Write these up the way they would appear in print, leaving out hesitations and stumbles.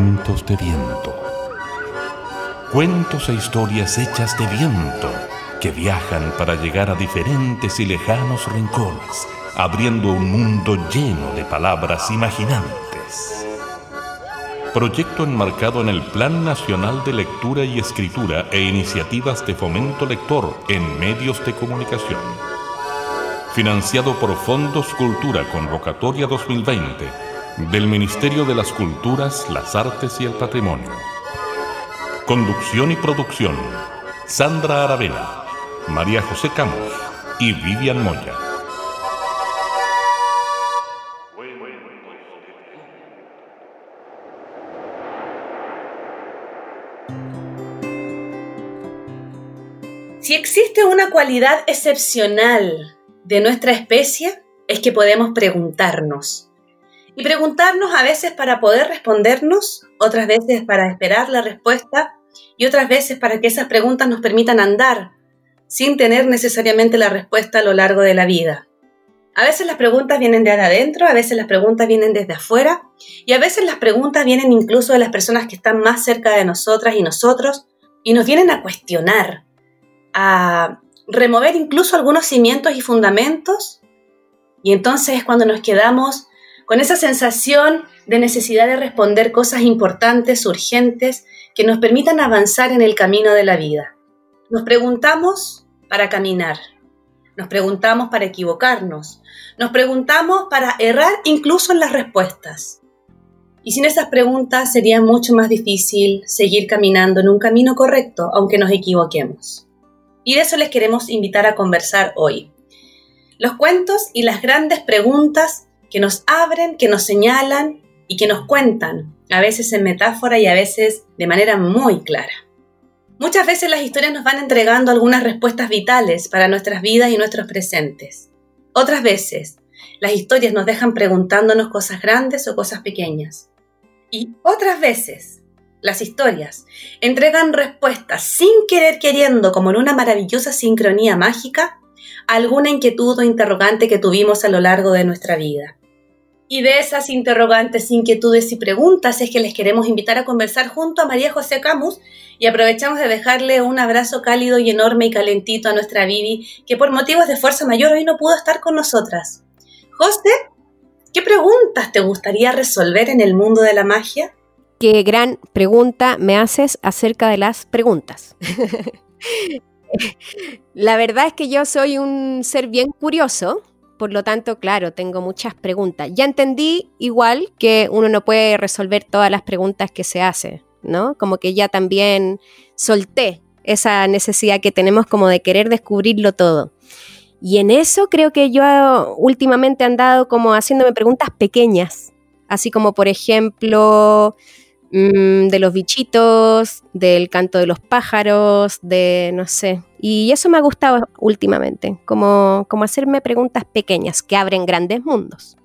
Cuentos de viento. Cuentos e historias hechas de viento que viajan para llegar a diferentes y lejanos rincones, abriendo un mundo lleno de palabras imaginantes. Proyecto enmarcado en el Plan Nacional de Lectura y Escritura e Iniciativas de Fomento Lector en Medios de Comunicación. Financiado por Fondos Cultura Convocatoria 2020 del Ministerio de las Culturas, las Artes y el Patrimonio. Conducción y producción: Sandra Aravena, María José Camus y Vivian Moya. Si existe una cualidad excepcional de nuestra especie, es que podemos preguntarnos. Y preguntarnos a veces para poder respondernos, otras veces para esperar la respuesta y otras veces para que esas preguntas nos permitan andar sin tener necesariamente la respuesta a lo largo de la vida. A veces las preguntas vienen desde adentro, a veces las preguntas vienen desde afuera y a veces las preguntas vienen incluso de las personas que están más cerca de nosotras y nosotros y nos vienen a cuestionar, a remover incluso algunos cimientos y fundamentos, y entonces es cuando nos quedamos con esa sensación de necesidad de responder cosas importantes, urgentes, que nos permitan avanzar en el camino de la vida. Nos preguntamos para caminar, nos preguntamos para equivocarnos, nos preguntamos para errar incluso en las respuestas. Y sin esas preguntas sería mucho más difícil seguir caminando en un camino correcto, aunque nos equivoquemos. Y de eso les queremos invitar a conversar hoy. Los cuentos y las grandes preguntas que nos abren, que nos señalan y que nos cuentan, a veces en metáfora y a veces de manera muy clara. Muchas veces las historias nos van entregando algunas respuestas vitales para nuestras vidas y nuestros presentes. Otras veces, las historias nos dejan preguntándonos cosas grandes o cosas pequeñas. Y otras veces, las historias entregan respuestas sin querer queriendo, como en una maravillosa sincronía mágica, a alguna inquietud o interrogante que tuvimos a lo largo de nuestra vida. Y de esas interrogantes, inquietudes y preguntas es que les queremos invitar a conversar junto a María José Camus y aprovechamos de dejarle un abrazo cálido y enorme y calentito a nuestra Vivi, que por motivos de fuerza mayor hoy no pudo estar con nosotras. José, ¿qué preguntas te gustaría resolver en el mundo de la magia? Qué gran pregunta me haces acerca de las preguntas. La verdad es que yo soy un ser bien curioso, por lo tanto, claro, tengo muchas preguntas. Ya entendí igual que uno no puede resolver todas las preguntas que se hacen, ¿no? Como que ya también solté esa necesidad que tenemos como de querer descubrirlo todo. Y en eso creo que yo últimamente he andado como haciéndome preguntas pequeñas, así como por ejemplo de los bichitos, del canto de los pájaros, de no sé. Y eso me ha gustado últimamente, como hacerme preguntas pequeñas que abren grandes mundos.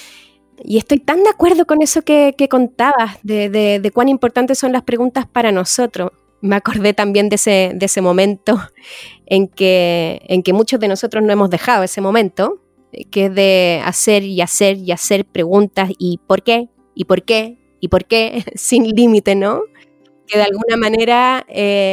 Y estoy tan de acuerdo con eso que contabas, de cuán importantes son las preguntas para nosotros. Me acordé también de ese momento en que muchos de nosotros no hemos dejado ese momento, que es de hacer y hacer y hacer preguntas y ¿por qué? ¿Y por qué? ¿Y por qué? Sin límite, ¿no? Que de alguna manera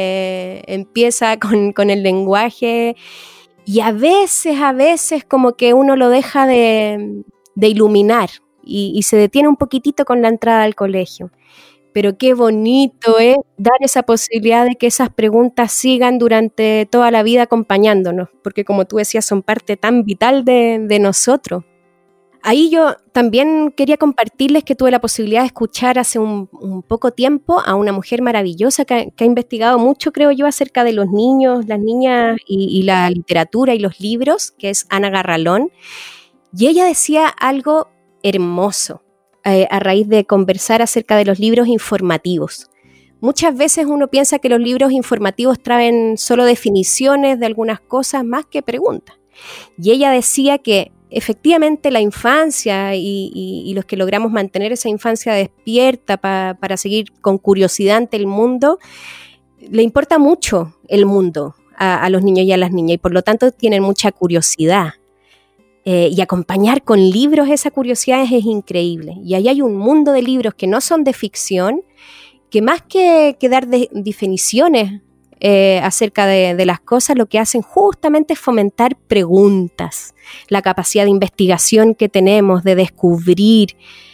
empieza con el lenguaje y a veces como que uno lo deja de iluminar y se detiene un poquitito con la entrada al colegio. Pero qué bonito es dar esa posibilidad de que esas preguntas sigan durante toda la vida acompañándonos, porque como tú decías, son parte tan vital de nosotros. Ahí yo también quería compartirles que tuve la posibilidad de escuchar hace un poco tiempo a una mujer maravillosa que ha investigado mucho, creo yo, acerca de los niños, las niñas y la literatura y los libros, que es Ana Garralón. Y ella decía algo hermoso a raíz de conversar acerca de los libros informativos. Muchas veces uno piensa que los libros informativos traen solo definiciones de algunas cosas más que preguntas. Y ella decía que efectivamente la infancia y los que logramos mantener esa infancia despierta para seguir con curiosidad ante el mundo, le importa mucho el mundo a los niños y a las niñas y por lo tanto tienen mucha curiosidad. y acompañar con libros esa curiosidad es increíble. Y ahí hay un mundo de libros que no son de ficción, que más que dar definiciones acerca de las cosas, lo que hacen justamente es fomentar preguntas, la capacidad de investigación que tenemos, de descubrir.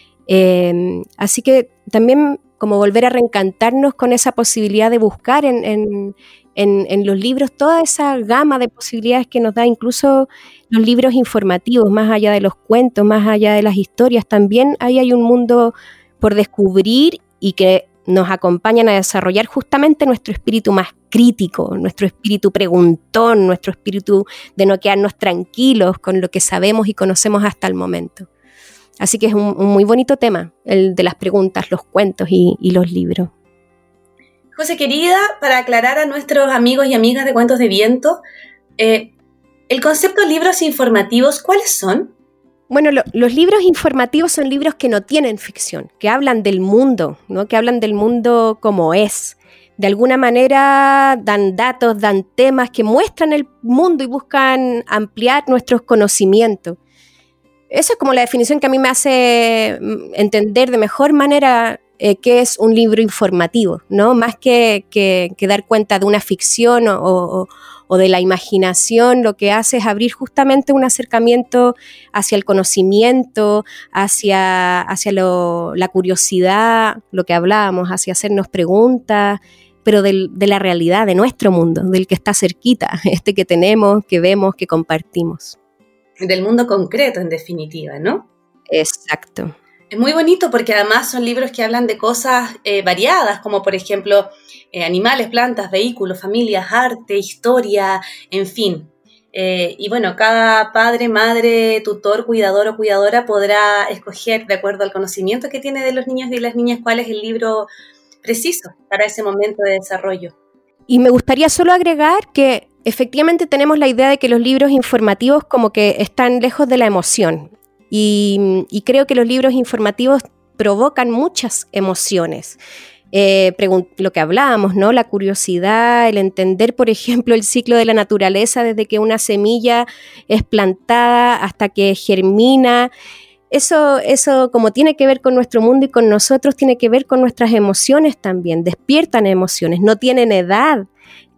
Así que también como volver a reencantarnos con esa posibilidad de buscar en los libros toda esa gama de posibilidades que nos da incluso los libros informativos, más allá de los cuentos, más allá de las historias. También ahí hay un mundo por descubrir y que nos acompañan a desarrollar justamente nuestro espíritu más crítico, nuestro espíritu preguntón, nuestro espíritu de no quedarnos tranquilos con lo que sabemos y conocemos hasta el momento. Así que es un muy bonito tema, el de las preguntas, los cuentos y los libros. José querida, para aclarar a nuestros amigos y amigas de Cuentos de Viento, el concepto de libros informativos, ¿cuáles son? Bueno, los libros informativos son libros que no tienen ficción, que hablan del mundo, ¿no? Que hablan del mundo como es. De alguna manera dan datos, dan temas que muestran el mundo y buscan ampliar nuestros conocimientos. Esa es como la definición que a mí me hace entender de mejor manera qué es un libro informativo, ¿no? Más que dar cuenta de una ficción o de la imaginación, lo que hace es abrir justamente un acercamiento hacia el conocimiento, hacia la curiosidad, lo que hablábamos, hacia hacernos preguntas, pero de la realidad, de nuestro mundo, del que está cerquita, que tenemos, que vemos, que compartimos. Del mundo concreto, en definitiva, ¿no? Exacto. Es muy bonito porque además son libros que hablan de cosas variadas, como por ejemplo animales, plantas, vehículos, familias, arte, historia, en fin. Y bueno, cada padre, madre, tutor, cuidador o cuidadora podrá escoger, de acuerdo al conocimiento que tiene de los niños y de las niñas, cuál es el libro preciso para ese momento de desarrollo. Y me gustaría solo agregar que efectivamente tenemos la idea de que los libros informativos como que están lejos de la emoción. Y creo que los libros informativos provocan muchas emociones. Lo que hablábamos, ¿no? La curiosidad, el entender, por ejemplo, el ciclo de la naturaleza desde que una semilla es plantada hasta que germina. Eso como tiene que ver con nuestro mundo y con nosotros, tiene que ver con nuestras emociones también. Despiertan emociones, no tienen edad.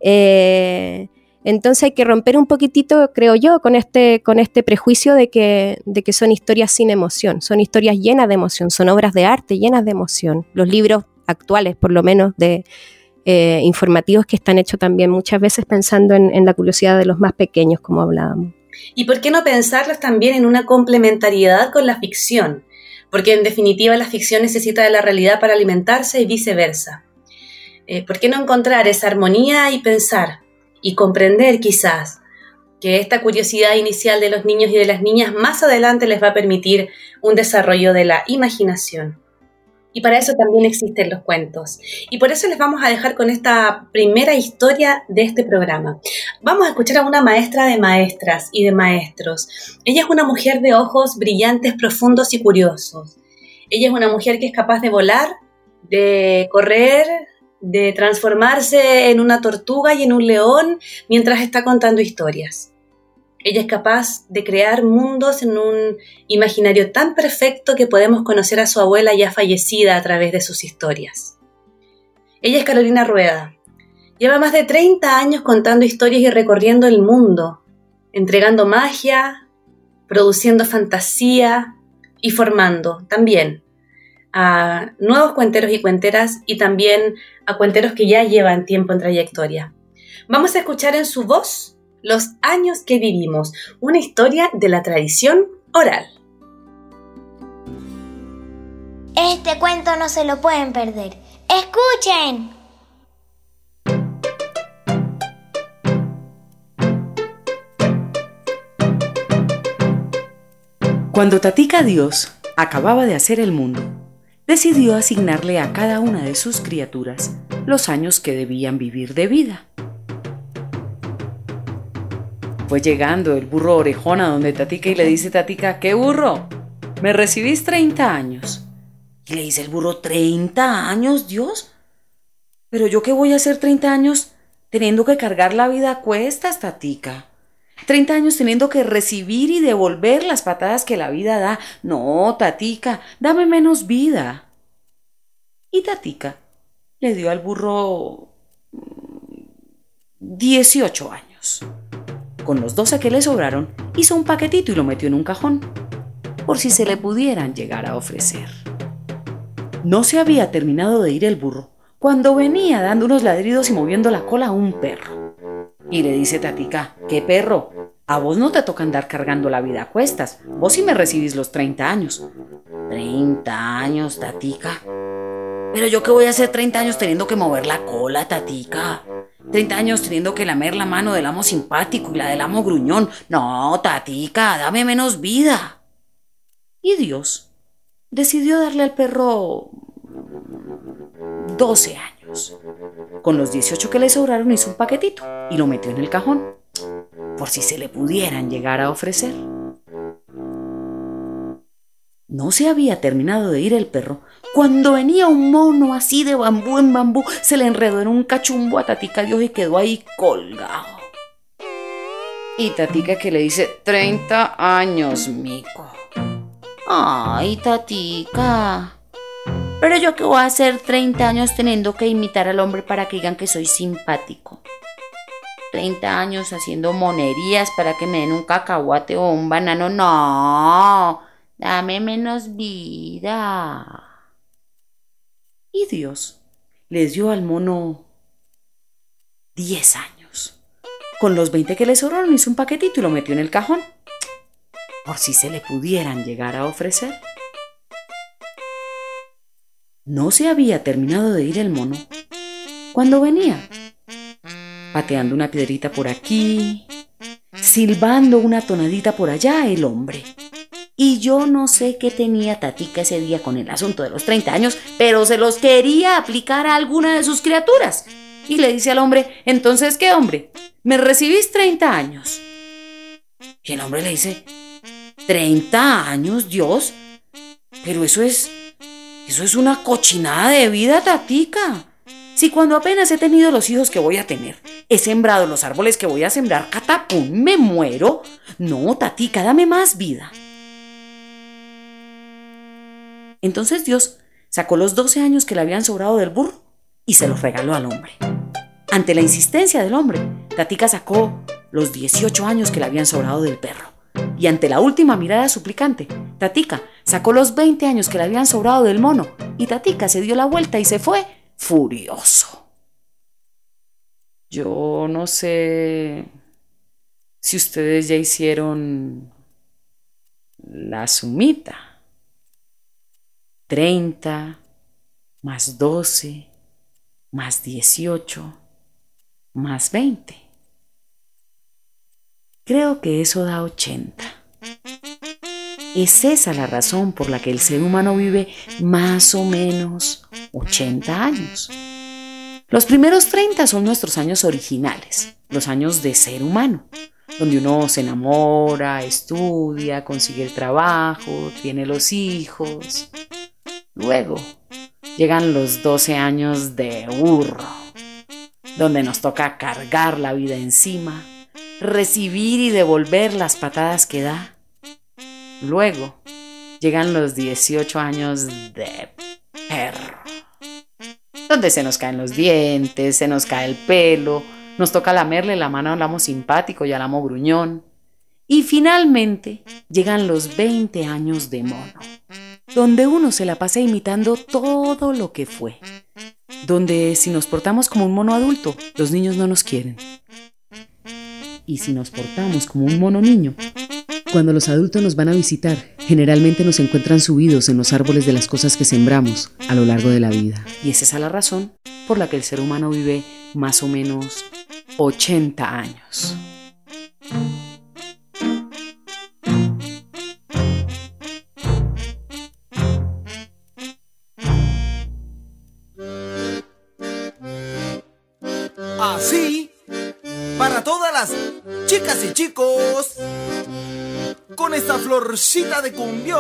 Entonces hay que romper un poquitito, creo yo, con este prejuicio de que son historias sin emoción, son historias llenas de emoción, son obras de arte llenas de emoción. Los libros actuales, por lo menos, de informativos que están hechos también muchas veces pensando en la curiosidad de los más pequeños, como hablábamos. ¿Y por qué no pensarlos también en una complementariedad con la ficción? Porque en definitiva la ficción necesita de la realidad para alimentarse y viceversa. ¿Por qué no encontrar esa armonía y pensar y comprender quizás que esta curiosidad inicial de los niños y de las niñas más adelante les va a permitir un desarrollo de la imaginación? Y para eso también existen los cuentos. Y por eso les vamos a dejar con esta primera historia de este programa. Vamos a escuchar a una maestra de maestras y de maestros. Ella es una mujer de ojos brillantes, profundos y curiosos. Ella es una mujer que es capaz de volar, de correr, de transformarse en una tortuga y en un león mientras está contando historias. Ella es capaz de crear mundos en un imaginario tan perfecto que podemos conocer a su abuela ya fallecida a través de sus historias. Ella es Carolina Rueda. Lleva más de 30 años contando historias y recorriendo el mundo, entregando magia, produciendo fantasía y formando también a nuevos cuenteros y cuenteras y también a cuenteros que ya llevan tiempo en trayectoria. Vamos a escuchar en su voz Los años que vivimos, una historia de la tradición oral. Este cuento no se lo pueden perder. ¡Escuchen! Cuando Tatica Dios acababa de hacer el mundo, decidió asignarle a cada una de sus criaturas los años que debían vivir de vida. Fue llegando el burro orejón a donde Tatica y le dice: Tatica, ¿qué burro? Me recibís 30 años. Y le dice el burro: ¿30 años, Dios? Pero yo qué voy a hacer 30 años teniendo que cargar la vida a cuestas, Tatica. 30 años teniendo que recibir y devolver las patadas que la vida da. No, tatica, dame menos vida. Y tatica le dio al burro 18 años. Con los 12 que le sobraron, hizo un paquetito y lo metió en un cajón, por si se le pudieran llegar a ofrecer. No se había terminado de ir el burro cuando venía dando unos ladridos y moviendo la cola a un perro. Y le dice tatica: ¿qué perro? A vos no te toca andar cargando la vida a cuestas. Vos sí me recibís los 30 años. 30 años, tatica. Pero yo qué voy a hacer 30 años teniendo que mover la cola, tatica. 30 años teniendo que lamer la mano del amo simpático y la del amo gruñón. No, tatica, dame menos vida. Y Dios decidió darle al perro 12 años. Con los 18 que le sobraron hizo un paquetito y lo metió en el cajón, por si se le pudieran llegar a ofrecer. No se había terminado de ir el perro cuando venía un mono así de bambú en bambú, se le enredó en un cachumbo a tatica Dios y quedó ahí colgado. Y tatica que le dice: 30 años, mico. Ay, tatica. Pero yo qué voy a hacer 30 años teniendo que imitar al hombre para que digan que soy simpático. 30 años haciendo monerías para que me den un cacahuate o un banano. No, dame menos vida. Y Dios les dio al mono 10 años. Con los 20 que le sobraron hizo un paquetito y lo metió en el cajón, por si se le pudieran llegar a ofrecer. No se había terminado de ir el mono cuando venía pateando una piedrita por aquí, silbando una tonadita por allá el hombre. Y yo no sé qué tenía tatica ese día con el asunto de los 30 años, pero se los quería aplicar a alguna de sus criaturas. Y le dice al hombre: ¿entonces qué, hombre? ¿Me recibís 30 años? Y el hombre le dice: ¿30 años, Dios? Pero eso es una cochinada de vida, tatica. Si cuando apenas he tenido los hijos que voy a tener, he sembrado los árboles que voy a sembrar, catapum, me muero. No, tatica, dame más vida. Entonces Dios sacó los 12 años que le habían sobrado del burro y se los regaló al hombre. Ante la insistencia del hombre, tatica sacó los 18 años que le habían sobrado del perro. Y ante la última mirada suplicante, tatica sacó los 20 años que le habían sobrado del mono. Y tatica se dio la vuelta y se fue furioso. Yo no sé si ustedes ya hicieron la sumita. 30 más 12 más 18 más 20. Creo que eso da 80. Es esa la razón por la que el ser humano vive más o menos 80 años. Los primeros 30 son nuestros años originales, los años de ser humano, donde uno se enamora, estudia, consigue el trabajo, tiene los hijos. Luego llegan los 12 años de burro, donde nos toca cargar la vida encima, recibir y devolver las patadas que da. Luego llegan los 18 años de perro, donde se nos caen los dientes, se nos cae el pelo, nos toca lamerle la mano al amo simpático y al amo gruñón. Y finalmente llegan los 20 años de mono, donde uno se la pasa imitando todo lo que fue, donde si nos portamos como un mono adulto, los niños no nos quieren. Y si nos portamos como un mono niño, cuando los adultos nos van a visitar, generalmente nos encuentran subidos en los árboles de las cosas que sembramos a lo largo de la vida. Y es esa la razón por la que el ser humano vive más o menos 80 años. Así, para todas las chicas y chicos, con esta florcita de cumbión.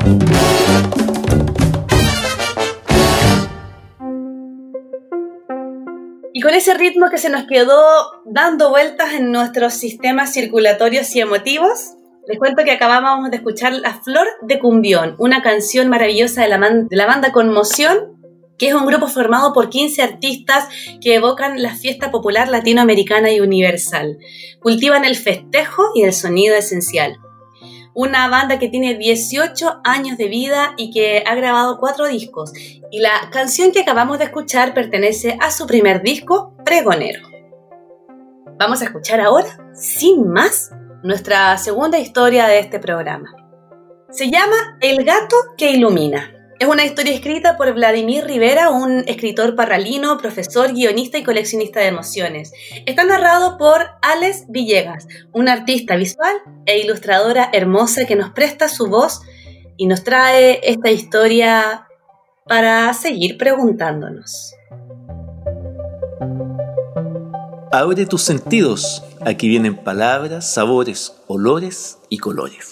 Y con ese ritmo que se nos quedó dando vueltas en nuestros sistemas circulatorios y emotivos, les cuento que acabábamos de escuchar La Flor de Cumbión, una canción maravillosa de la banda Conmoción, que es un grupo formado por 15 artistas que evocan la fiesta popular latinoamericana y universal. Cultivan el festejo y el sonido esencial. Una banda que tiene 18 años de vida y que ha grabado 4 discos. Y la canción que acabamos de escuchar pertenece a su primer disco, Pregonero. Vamos a escuchar ahora, sin más, nuestra segunda historia de este programa. Se llama El gato que ilumina. Es una historia escrita por Vladimir Rivera, un escritor parralino, profesor, guionista y coleccionista de emociones. Está narrado por Alex Villegas, una artista visual e ilustradora hermosa que nos presta su voz y nos trae esta historia para seguir preguntándonos. Abre tus sentidos. Aquí vienen palabras, sabores, olores y colores.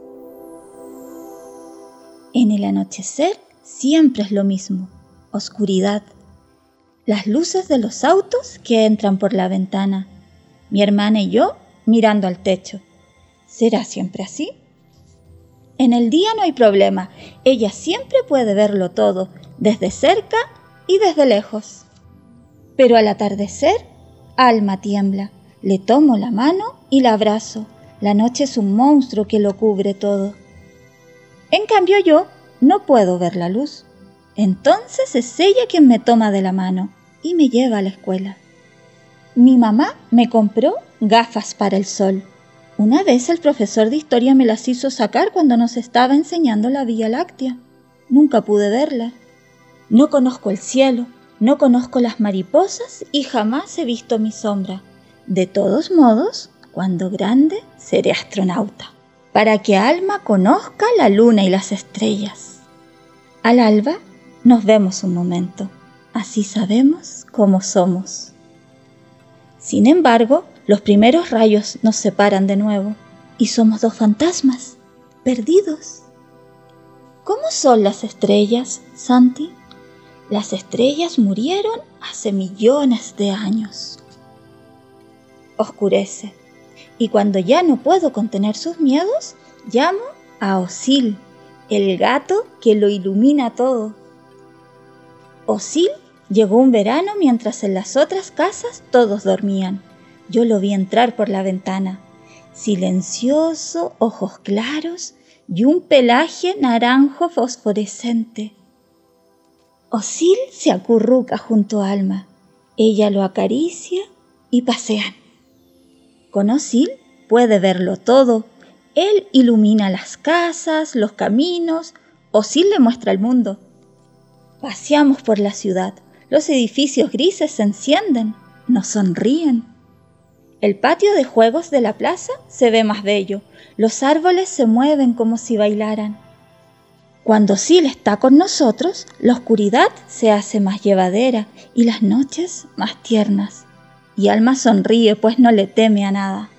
En el anochecer siempre es lo mismo, oscuridad. Las luces de los autos que entran por la ventana. Mi hermana y yo mirando al techo. ¿Será siempre así? En el día no hay problema. Ella siempre puede verlo todo, desde cerca y desde lejos. Pero al atardecer, Alma tiembla. Le tomo la mano y la abrazo. La noche es un monstruo que lo cubre todo. En cambio yo no puedo ver la luz. Entonces es ella quien me toma de la mano y me lleva a la escuela. Mi mamá me compró gafas para el sol. Una vez el profesor de historia me las hizo sacar cuando nos estaba enseñando la Vía Láctea. Nunca pude verla. No conozco el cielo, no conozco las mariposas y jamás he visto mi sombra. De todos modos, cuando grande seré astronauta, para que Alma conozca la luna y las estrellas. Al alba nos vemos un momento, así sabemos cómo somos. Sin embargo, los primeros rayos nos separan de nuevo y somos 2 fantasmas, perdidos. ¿Cómo son las estrellas, Santi? Las estrellas murieron hace millones de años. Oscurece. Y cuando ya no puedo contener sus miedos, llamo a Osil, el gato que lo ilumina todo. Osil llegó un verano mientras en las otras casas todos dormían. Yo lo vi entrar por la ventana, silencioso, ojos claros y un pelaje naranjo fosforescente. Osil se acurruca junto a Alma. Ella lo acaricia y pasean. Con Osil puede verlo todo. Él ilumina las casas, los caminos. Osil le muestra el mundo. Paseamos por la ciudad. Los edificios grises se encienden, nos sonríen. El patio de juegos de la plaza se ve más bello. Los árboles se mueven como si bailaran. Cuando Osil está con nosotros, la oscuridad se hace más llevadera y las noches más tiernas. Y Alma sonríe, pues no le teme a nada.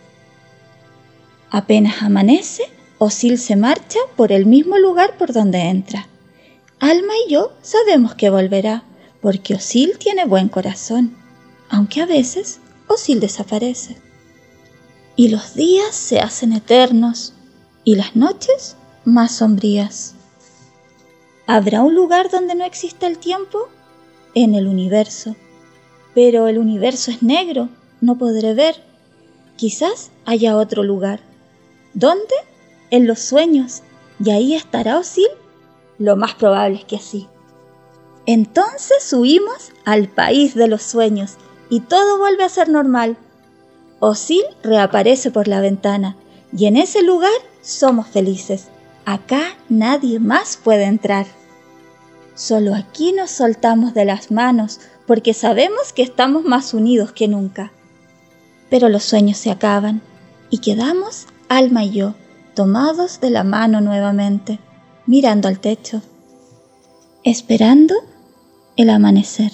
Apenas amanece, Osil se marcha por el mismo lugar por donde entra. Alma y yo sabemos que volverá, porque Osil tiene buen corazón, aunque a veces Osil desaparece. Y los días se hacen eternos, y las noches más sombrías. ¿Habrá un lugar donde no exista el tiempo? En el universo. Pero el universo es negro, no podré ver. Quizás haya otro lugar. ¿Dónde? En los sueños. ¿Y ahí estará Osil? Lo más probable es que sí. Entonces huimos al país de los sueños y todo vuelve a ser normal. Osil reaparece por la ventana y en ese lugar somos felices. Acá nadie más puede entrar. Solo aquí nos soltamos de las manos porque sabemos que estamos más unidos que nunca. Pero los sueños se acaban y quedamos, Alma y yo, tomados de la mano nuevamente, mirando al techo, esperando el amanecer.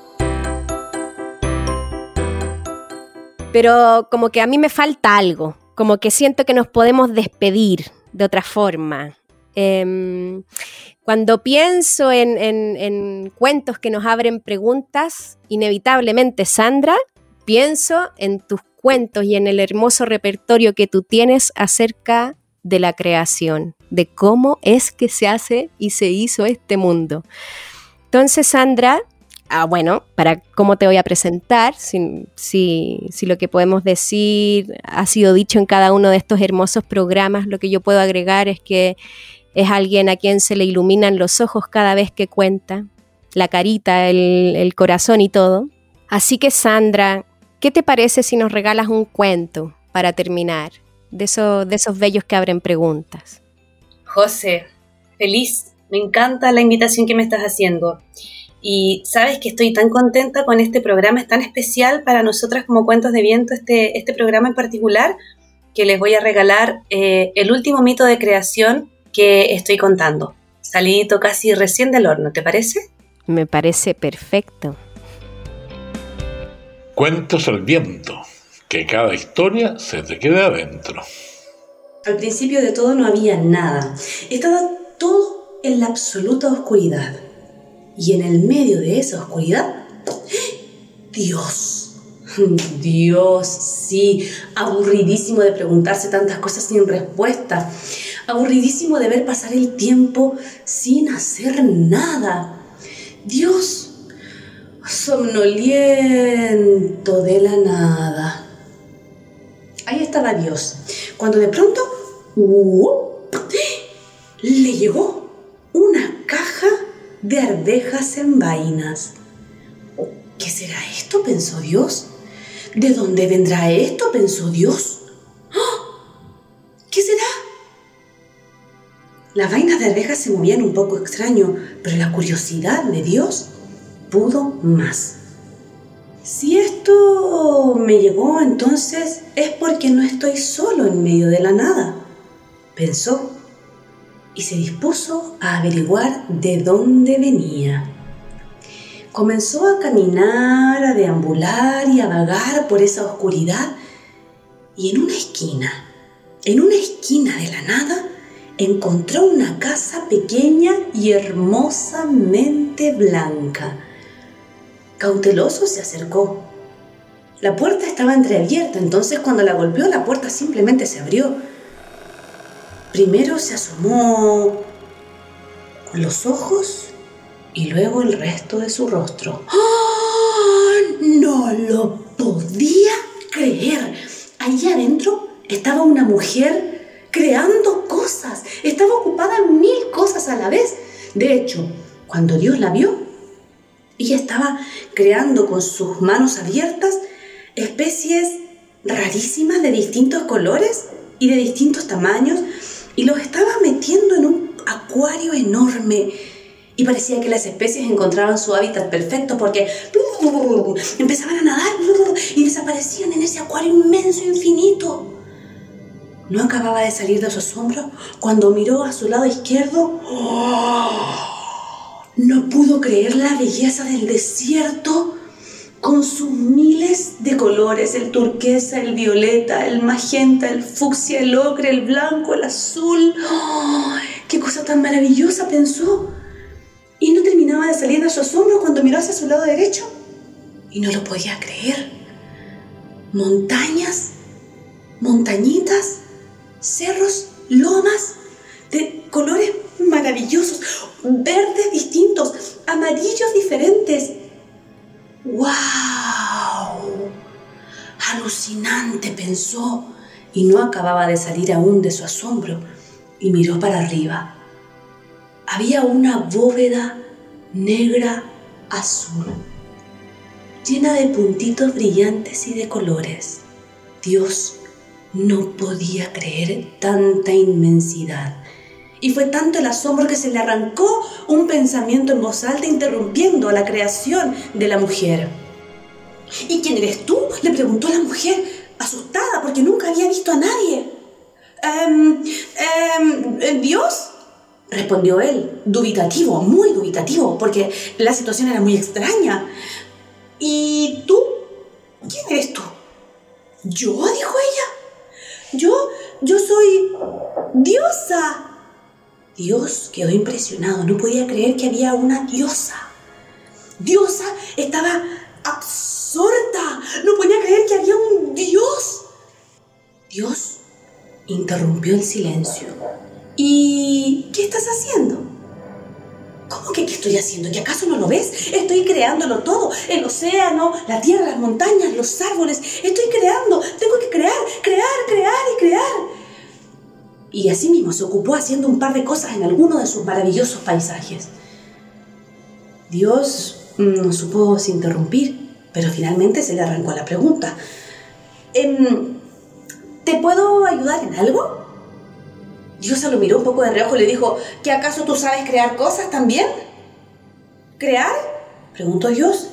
Pero como que a mí me falta algo. como que siento que nos podemos despedir de otra forma. Cuando pienso en cuentos que nos abren preguntas, inevitablemente, Sandra, pienso en tus cuentos y en el hermoso repertorio que tú tienes acerca de la creación, de cómo es que se hace y se hizo este mundo. Entonces, Sandra, bueno, ¿cómo te voy a presentar? Si lo que podemos decir ha sido dicho en cada uno de estos hermosos programas, lo que yo puedo agregar es que es alguien a quien se le iluminan los ojos cada vez que cuenta, la carita, el corazón y todo. Así que, Sandra, ¿qué te parece si nos regalas un cuento para terminar? De esos bellos que abren preguntas. José, feliz. Me encanta la invitación que me estás haciendo. Y sabes que estoy tan contenta con este programa, es tan especial para nosotras como Cuentos de Viento, este programa en particular, que les voy a regalar el último mito de creación que estoy contando. Salidito casi recién del horno, ¿te parece? Me parece perfecto. Cuentos al viento, que cada historia se te quede adentro. Al principio de todo no había nada. Estaba todo en la absoluta oscuridad. Y en el medio de esa oscuridad, Dios. Dios, sí, aburridísimo de preguntarse tantas cosas sin respuesta. Aburridísimo de ver pasar el tiempo sin hacer nada. Dios, somnoliento de la nada. Ahí estaba Dios, cuando de pronto le llegó una caja de arvejas en vainas. ¿Qué será esto?, pensó Dios. ¿De dónde vendrá esto?, pensó Dios. ¿Qué será? Las vainas de arvejas se movían un poco extraño, pero la curiosidad de Dios pudo más. Si esto me llegó, entonces es porque no estoy solo en medio de la nada, pensó, y se dispuso a averiguar de dónde venía. Comenzó a caminar, a deambular y a vagar por esa oscuridad, y en una esquina de la nada, encontró una casa pequeña y hermosamente blanca. Cauteloso se acercó. La puerta estaba entreabierta, entonces cuando la golpeó, la puerta simplemente se abrió. Primero se asomó con los ojos y luego el resto de su rostro. ¡Oh! No lo podía creer. Allí adentro estaba una mujer creando cosas. Estaba ocupada en 1000 cosas a la vez. De hecho, cuando Dios la vio, ella estaba creando con sus manos abiertas especies rarísimas de distintos colores y de distintos tamaños, y los estaba metiendo en un acuario enorme. Y parecía que las especies encontraban su hábitat perfecto porque empezaban a nadar y desaparecían en ese acuario inmenso e infinito. No acababa de salir de su asombro cuando miró a su lado izquierdo. No pudo creer la belleza del desierto con sus miles de colores: el turquesa, el violeta, el magenta, el fucsia, el ocre, el blanco, el azul. ¡Qué cosa tan maravillosa!, pensó. Y no terminaba de salir de su asombro cuando miró hacia su lado derecho y no lo podía creer. Montañas, montañitas, cerros, lomas de colores maravillosos, verdes distintos, amarillos diferentes. ¡Wow! Alucinante, pensó, y no acababa de salir aún de su asombro y miró para arriba. Había una bóveda negra azul, llena de puntitos brillantes y de colores. Dios no podía creer tanta inmensidad. Y fue tanto el asombro que se le arrancó un pensamiento en voz alta, interrumpiendo a la creación de la mujer. ¿Y quién eres tú?, le preguntó la mujer, asustada porque nunca había visto a nadie. ¿Dios?, respondió él, dubitativo, muy dubitativo, porque la situación era muy extraña. ¿Y tú? ¿Quién eres tú? ¿Yo?, dijo ella. Yo soy diosa. Dios quedó impresionado, no podía creer que había una diosa. Diosa estaba absorta, no podía creer que había un Dios. Dios interrumpió el silencio. ¿Y qué estás haciendo? ¿Cómo que qué estoy haciendo? ¿Que acaso no lo ves? Estoy creándolo todo, el océano, la tierra, las montañas, los árboles. Estoy creando, tengo que crear y crear. Y así mismo se ocupó haciendo un par de cosas en alguno de sus maravillosos paisajes. Dios no supo interrumpir, pero finalmente se le arrancó la pregunta. ¿Te puedo ayudar en algo? Diosa lo miró un poco de reojo y le dijo, ¿que acaso tú sabes crear cosas también? ¿Crear? Preguntó Dios.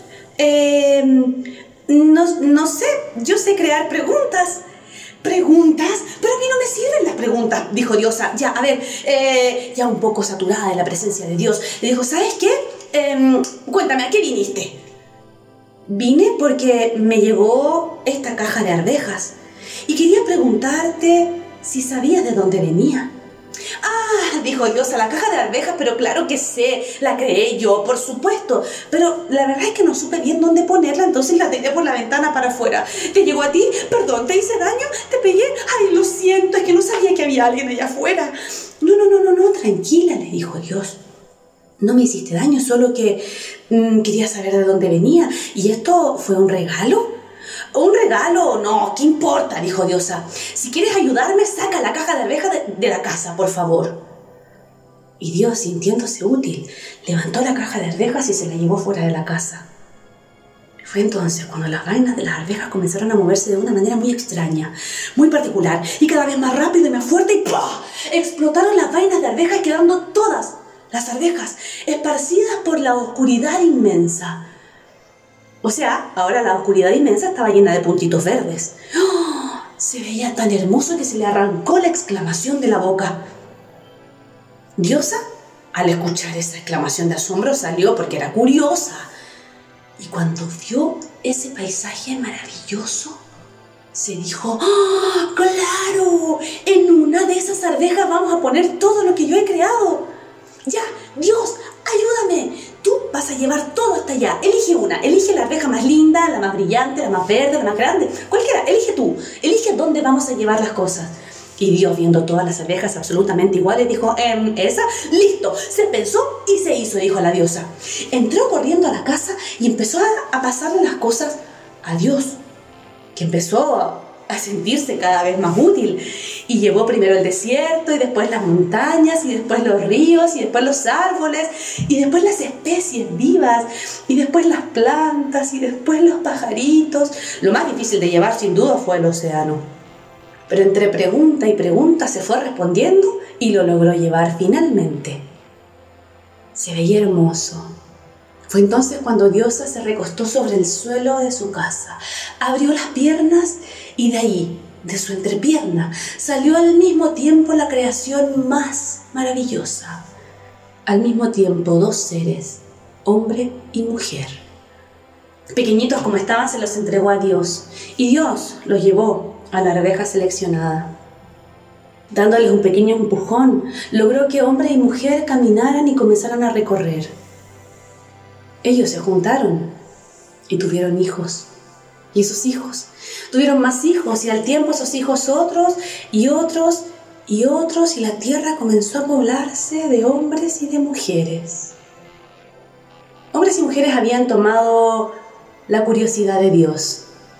No sé, yo sé crear preguntas. ¿Preguntas? Pero a mí no me sirven las preguntas, dijo Diosa. Ya, a ver, ya un poco saturada de la presencia de Dios. Le dijo, ¿sabes qué? Cuéntame, ¿a qué viniste? Vine porque me llegó esta caja de arvejas y quería preguntarte si sabías de dónde venía. Ah, dijo Diosa, la caja de arvejas, pero claro que sé, la creé yo, por supuesto. Pero la verdad es que no supe bien dónde ponerla, entonces la tiré por la ventana para afuera. ¿Te llegó a ti? Perdón, ¿te hice daño? ¿Te pegué? Ay, lo siento, es que no sabía que había alguien allá afuera. No, tranquila, le dijo Dios. No me hiciste daño, solo que quería saber de dónde venía. ¿Y esto fue un regalo? ¿Un regalo o no? ¿Qué importa? Dijo Diosa. Si quieres ayudarme, saca la caja de arvejas de la casa, por favor. Y Dios, sintiéndose útil, levantó la caja de arvejas y se la llevó fuera de la casa. Fue entonces cuando las vainas de las arvejas comenzaron a moverse de una manera muy extraña, muy particular, y cada vez más rápido y más fuerte, y ¡pah! Explotaron las vainas de arvejas, quedando todas las arvejas esparcidas por la oscuridad inmensa. O sea, ahora la oscuridad inmensa estaba llena de puntitos verdes. ¡Oh! Se veía tan hermoso que se le arrancó la exclamación de la boca. Diosa, al escuchar esa exclamación de asombro, salió porque era curiosa. Y cuando vio ese paisaje maravilloso, se dijo, ¡oh, claro! En una de esas arvejas vamos a poner todo lo que yo he creado. Ya, Dios, ayúdame. Tú vas a llevar todo hasta allá. Elige una. Elige la arveja más linda, la más brillante, la más verde, la más grande. Cualquiera. Elige tú. Elige dónde vamos a llevar las cosas. Y Dios, viendo todas las arvejas absolutamente iguales, dijo, ¿esa? ¡Listo! Se pensó y se hizo, dijo la diosa. Entró corriendo a la casa y empezó a pasarle las cosas a Dios, que empezó a sentirse cada vez más útil. Y llevó primero el desierto, y después las montañas, y después los ríos, y después los árboles, y después las especies vivas, y después las plantas, y después los pajaritos. Lo más difícil de llevar, sin duda, fue el océano. Pero entre pregunta y pregunta se fue respondiendo y lo logró llevar finalmente. Se veía hermoso. Fue entonces cuando Diosa se recostó sobre el suelo de su casa, abrió las piernas y de ahí, de su entrepierna, salió al mismo tiempo la creación más maravillosa. Al mismo tiempo, dos seres, hombre y mujer. Pequeñitos como estaban, se los entregó a Dios y Dios los llevó a la arveja seleccionada. Dándoles un pequeño empujón, logró que hombre y mujer caminaran y comenzaran a recorrer. Ellos se juntaron y tuvieron hijos. Y esos hijos tuvieron más hijos, y al tiempo esos hijos otros y otros y otros, y la tierra comenzó a poblarse de hombres y de mujeres. Hombres y mujeres habían tomado la curiosidad de Dios.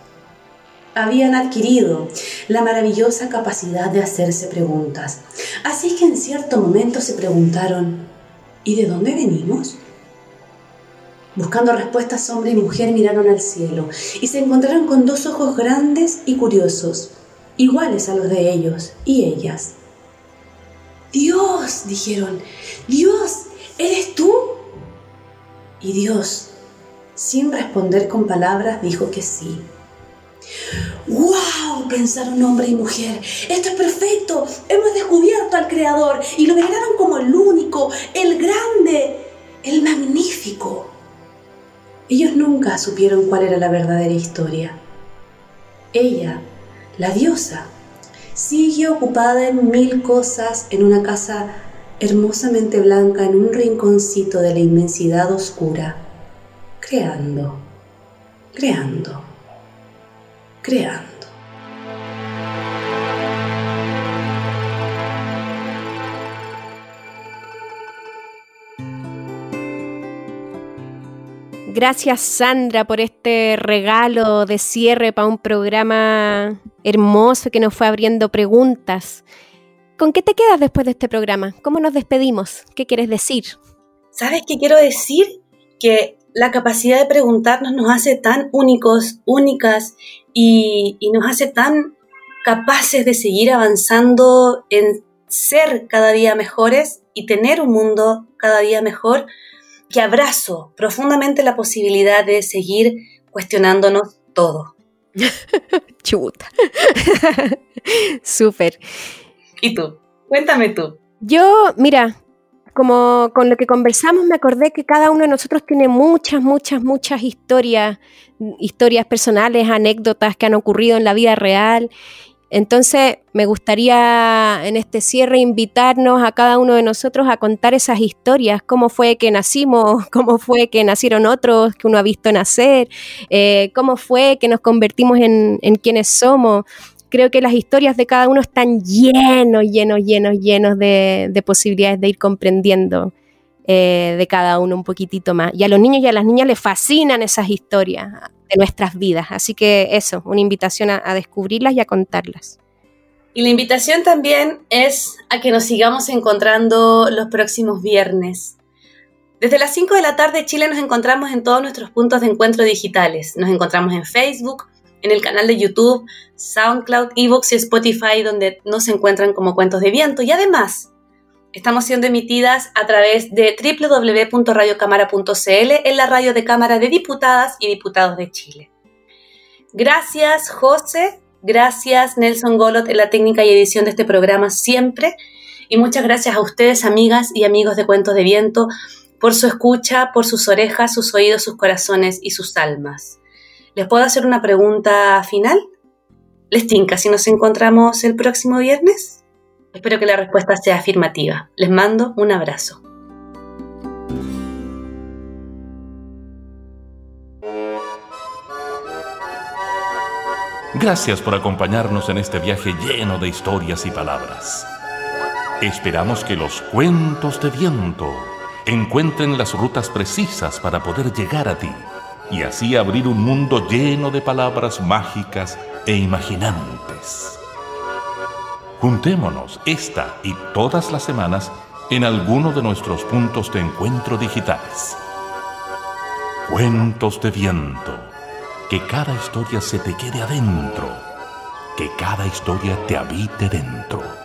Habían adquirido la maravillosa capacidad de hacerse preguntas. Así que en cierto momento se preguntaron, ¿y de dónde venimos? Buscando respuestas, hombre y mujer miraron al cielo y se encontraron con dos ojos grandes y curiosos, iguales a los de ellos y ellas. ¡Dios!, dijeron. ¡Dios! ¿Eres tú? Y Dios, sin responder con palabras, dijo que sí. ¡Wow!, pensaron hombre y mujer. ¡Esto es perfecto! Hemos descubierto al Creador y lo veneraron como el único, el grande, el magnífico. Ellos nunca supieron cuál era la verdadera historia. Ella, la diosa, sigue ocupada en 1000 cosas en una casa hermosamente blanca en un rinconcito de la inmensidad oscura, creando, creando, creando. Gracias, Sandra, por este regalo de cierre para un programa hermoso que nos fue abriendo preguntas. ¿Con qué te quedas después de este programa? ¿Cómo nos despedimos? ¿Qué quieres decir? ¿Sabes qué quiero decir? Que la capacidad de preguntarnos nos hace tan únicos, únicas y nos hace tan capaces de seguir avanzando en ser cada día mejores y tener un mundo cada día mejor, que abrazo profundamente la posibilidad de seguir cuestionándonos todo. Chuta. Súper. ¿Y tú? Cuéntame tú. Yo, mira, como con lo que conversamos me acordé que cada uno de nosotros tiene muchas historias personales, anécdotas que han ocurrido en la vida real. Entonces me gustaría en este cierre invitarnos a cada uno de nosotros a contar esas historias, cómo fue que nacimos, cómo fue que nacieron otros que uno ha visto nacer, cómo fue que nos convertimos en quienes somos. Creo que las historias de cada uno están llenos de posibilidades de ir comprendiendo de cada uno un poquitito más. Y a los niños y a las niñas les fascinan esas historias de nuestras vidas. Así que eso, una invitación a descubrirlas y a contarlas. Y la invitación también es a que nos sigamos encontrando los próximos viernes. Desde las 5 de la tarde Chile nos encontramos en todos nuestros puntos de encuentro digitales. Nos encontramos en Facebook, en el canal de YouTube, SoundCloud, iVoox y Spotify, donde nos encuentran como Cuentos de Viento. Y además, estamos siendo emitidas a través de www.radiocámara.cl en la radio de Cámara de Diputadas y Diputados de Chile. Gracias, José. Gracias, Nelson Golot, en la técnica y edición de este programa siempre. Y muchas gracias a ustedes, amigas y amigos de Cuentos de Viento, por su escucha, por sus orejas, sus oídos, sus corazones y sus almas. ¿Les puedo hacer una pregunta final? ¿Les tinca si nos encontramos el próximo viernes? Espero que la respuesta sea afirmativa. Les mando un abrazo. Gracias por acompañarnos en este viaje lleno de historias y palabras. Esperamos que los Cuentos de Viento encuentren las rutas precisas para poder llegar a ti y así abrir un mundo lleno de palabras mágicas e imaginantes. Juntémonos esta y todas las semanas en alguno de nuestros puntos de encuentro digitales. Cuentos de Viento. Que cada historia se te quede adentro. Que cada historia te habite dentro.